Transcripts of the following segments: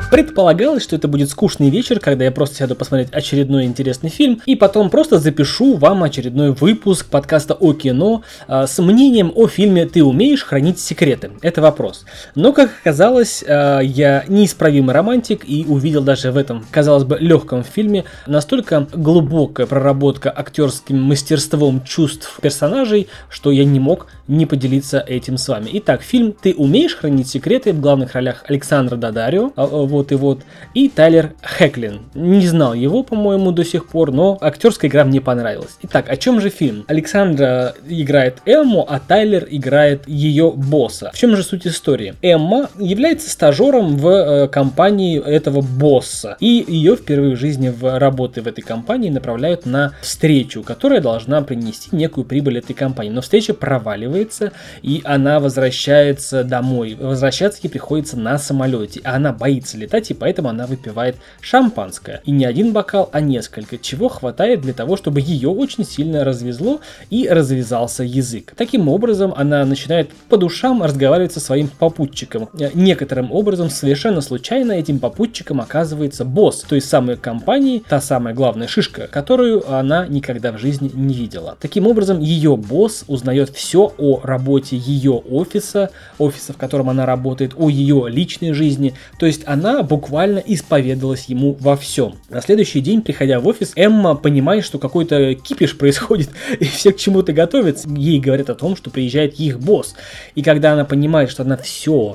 Предполагалось, что это будет скучный вечер, когда я просто сяду посмотреть очередной интересный фильм и потом просто запишу вам очередной выпуск подкаста о кино с мнением о фильме «Ты умеешь хранить секреты?» Это вопрос. Но, как оказалось, я неисправимый романтик и увидел даже в этом, казалось бы, легком фильме настолько глубокая проработка актерским мастерством чувств персонажей, что я не мог не поделиться этим с вами. Итак, фильм «Ты умеешь хранить секреты», в главных ролях Александра Дадарио, и Тайлер Хэклин. Не знал его, по-моему, до сих пор, но актерская игра мне понравилась. Итак, о чем же фильм? Александра играет Эмму, а Тайлер играет ее босса. В чем же суть истории? Эмма является стажером в компании этого босса, и ее впервые в жизни в работе в этой компании направляют на встречу, которая должна принести некую прибыль этой компании. Но встреча проваливается, и она возвращается домой. Возвращаться ей приходится на самолете, а она боится летать, и поэтому она выпивает шампанское. И не один бокал, а несколько, чего хватает для того, чтобы ее очень сильно развезло и развязался язык. Таким образом, она начинает по душам разговаривать со своим попутчиком. Некоторым образом, совершенно случайно, этим попутчиком оказывается босс той самой компании, та самая главная шишка, которую она никогда в жизни не видела. Таким образом, ее босс узнает все о работе ее офиса, в котором она работает, о ее личной жизни. То есть она буквально исповедалась ему во всем. На следующий день, приходя в офис, Эмма понимает, что какой-то кипиш происходит, и все к чему-то готовятся. Ей говорят о том, что приезжает их босс. И когда она понимает, что она все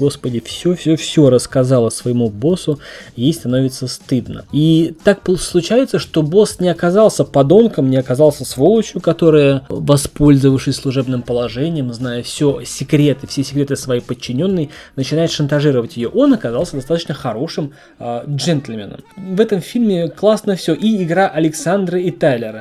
рассказала своему боссу, ей становится стыдно. И так случается, что босс не оказался подонком, не оказался сволочью, которая, воспользовавшись служебным положением, зная все секреты своей подчиненной, начинает шантажировать ее. Он оказался достаточно хорошим джентльменом. В этом фильме классно все. И игра Александры и Тайлера,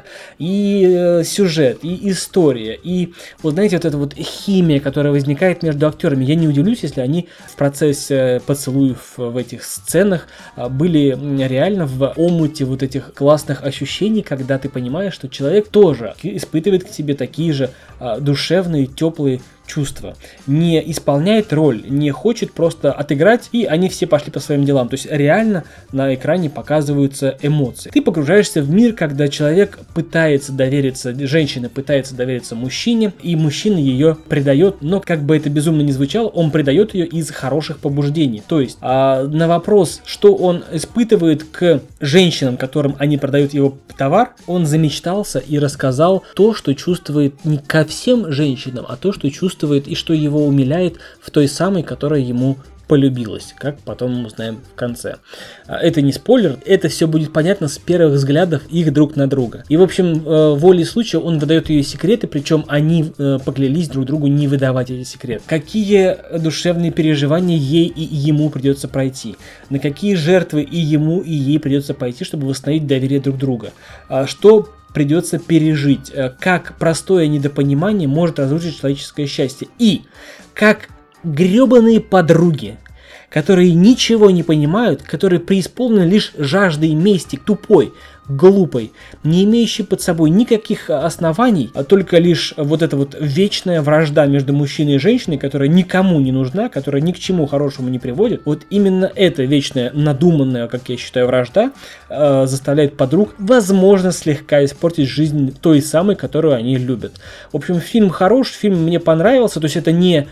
и сюжет, и история, и вот знаете, вот эта вот химия, которая возникает между актерами. Я не удивлюсь, если они в процессе поцелуев в этих сценах были реально в омуте вот этих классных ощущений, когда ты понимаешь, что человек тоже испытывает к тебе такие же душевные, теплые чувства, не исполняет роль, не хочет просто отыграть, и они все пошли по своим делам. То есть реально на экране показываются эмоции. Ты погружаешься в мир, когда человек пытается довериться, женщина пытается довериться мужчине, и мужчина ее предает, но как бы это безумно не звучало, он предает ее из хороших побуждений. То есть на вопрос, что он испытывает к женщинам, которым они продают его товар, он замечтался и рассказал то, что чувствует не ко всем женщинам, а то, что чувствует и что его умиляет в той самой, которая ему полюбилась, как потом мы узнаем в конце. Это не спойлер, это все будет понятно с первых взглядов их друг на друга. И в общем, волей случая он выдает ее секреты, причем они поклялись друг другу не выдавать эти секреты. Какие душевные переживания ей и ему придется пройти, на какие жертвы и ему, и ей придется пойти, чтобы восстановить доверие друг друга. Что придется пережить, как простое недопонимание может разрушить человеческое счастье, и как гребаные подруги, которые ничего не понимают, которые преисполнены лишь жаждой мести, тупой, глупой, не имеющей под собой никаких оснований, а только лишь вот эта вот вечная вражда между мужчиной и женщиной, которая никому не нужна, которая ни к чему хорошему не приводит. Вот именно эта вечная надуманная, как я считаю, вражда заставляет подруг, возможно, слегка испортить жизнь той самой, которую они любят. В общем, фильм хорош, фильм мне понравился, то есть это не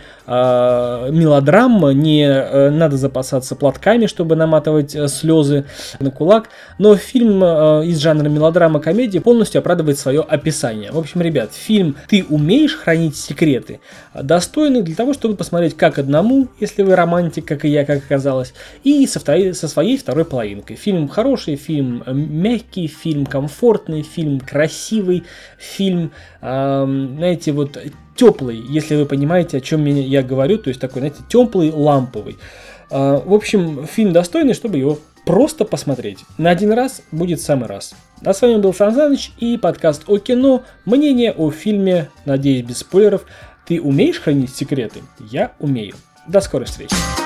мелодрама, не надо запасаться платками, чтобы наматывать слезы на кулак, но фильм из жанра мелодрама-комедия полностью оправдывает свое описание. В общем, ребят, фильм «Ты умеешь хранить секреты» достойный для того, чтобы посмотреть как одному, если вы романтик, как и я, как оказалось, и со своей второй половинкой. Фильм хороший, фильм мягкий, фильм комфортный, фильм красивый, фильм, знаете, вот теплый, если вы понимаете, о чем я говорю, то есть такой, знаете, теплый, ламповый. В общем, фильм достойный, чтобы его просто посмотреть. На один раз будет самый раз. А с вами был Сан Саныч и подкаст о кино. Мнение о фильме, надеюсь, без спойлеров. Ты умеешь хранить секреты? Я умею. До скорой встречи.